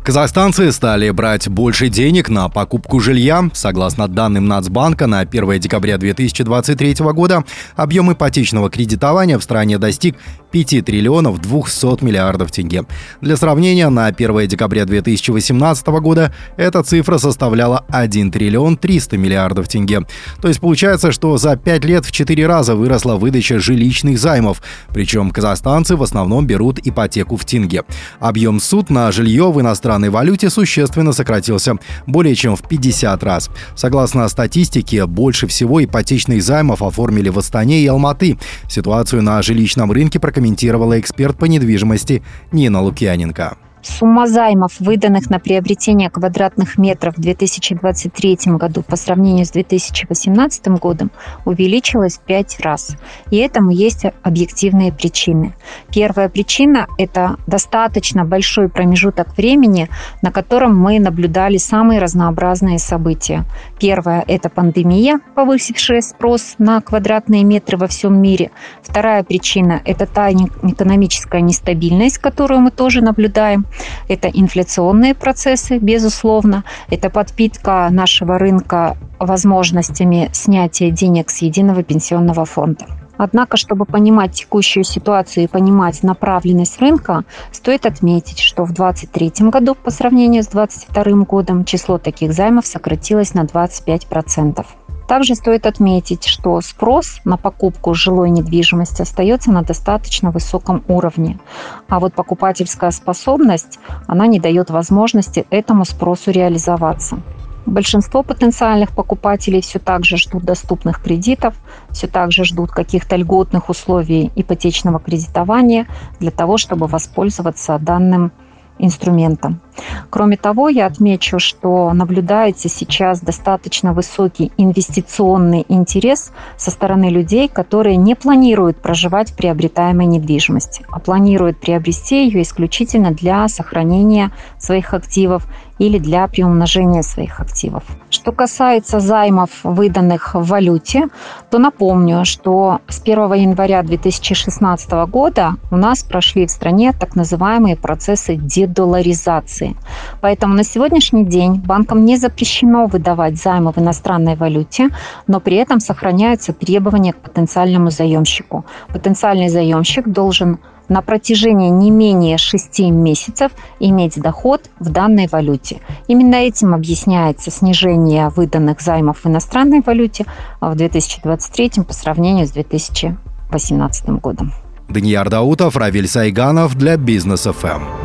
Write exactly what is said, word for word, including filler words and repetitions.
Казахстанцы стали брать больше денег на покупку жилья. Согласно данным Нацбанка, на первое декабря две тысячи двадцать третьего года объем ипотечного кредитования в стране достиг пяти триллионов двухсот миллиардов тенге. Для сравнения, на первое декабря две тысячи восемнадцатого года эта цифра составляла один триллион триста миллиардов тенге. То есть получается, что за пять лет в четыре раза выросла выдача жилищных займов. Причем казахстанцы в основном берут ипотеку в тенге. Объем суд на жилье в иностранной валюте существенно сократился более чем в пятьдесят раз. Согласно статистике, больше всего ипотечных займов оформили в Астане и Алматы. Ситуацию на жилищном рынке прокомментировала эксперт по недвижимости Нина Лукьяненко. Сумма займов, выданных на приобретение квадратных метров в две тысячи двадцать третьем году по сравнению с две тысячи восемнадцатым годом, увеличилась в пять раз. И этому есть объективные причины. Первая причина – это достаточно большой промежуток времени, на котором мы наблюдали самые разнообразные события. Первое – это пандемия, повысившая спрос на квадратные метры во всем мире. Вторая причина – это та экономическая нестабильность, которую мы тоже наблюдаем. Это инфляционные процессы, безусловно. Это подпитка нашего рынка возможностями снятия денег с единого пенсионного фонда. Однако, чтобы понимать текущую ситуацию и понимать направленность рынка, стоит отметить, что в две тысячи двадцать третьем году по сравнению с две тысячи двадцать вторым годом число таких займов сократилось на двадцать пять процентов. Также стоит отметить, что спрос на покупку жилой недвижимости остается на достаточно высоком уровне, а вот покупательская способность, она не дает возможности этому спросу реализоваться. Большинство потенциальных покупателей все так же ждут доступных кредитов, все так же ждут каких-то льготных условий ипотечного кредитования для того, чтобы воспользоваться данным инструментом. Кроме того, я отмечу, что наблюдается сейчас достаточно высокий инвестиционный интерес со стороны людей, которые не планируют проживать в приобретаемой недвижимости, а планируют приобрести ее исключительно для сохранения своих активов или для приумножения своих активов. Что касается займов, выданных в валюте, то напомню, что с первого января две тысячи шестнадцатого года у нас прошли в стране так называемые процессы дедоларизации. Поэтому на сегодняшний день банкам не запрещено выдавать займы в иностранной валюте, но при этом сохраняются требования к потенциальному заемщику. Потенциальный заемщик должен на протяжении не менее шести месяцев иметь доход в данной валюте. Именно этим объясняется снижение выданных займов в иностранной валюте в две тысячи двадцать третьем по сравнению с две тысячи восемнадцатым годом. Данияр Даутов, Равиль Сайганов для Бизнес эф эм.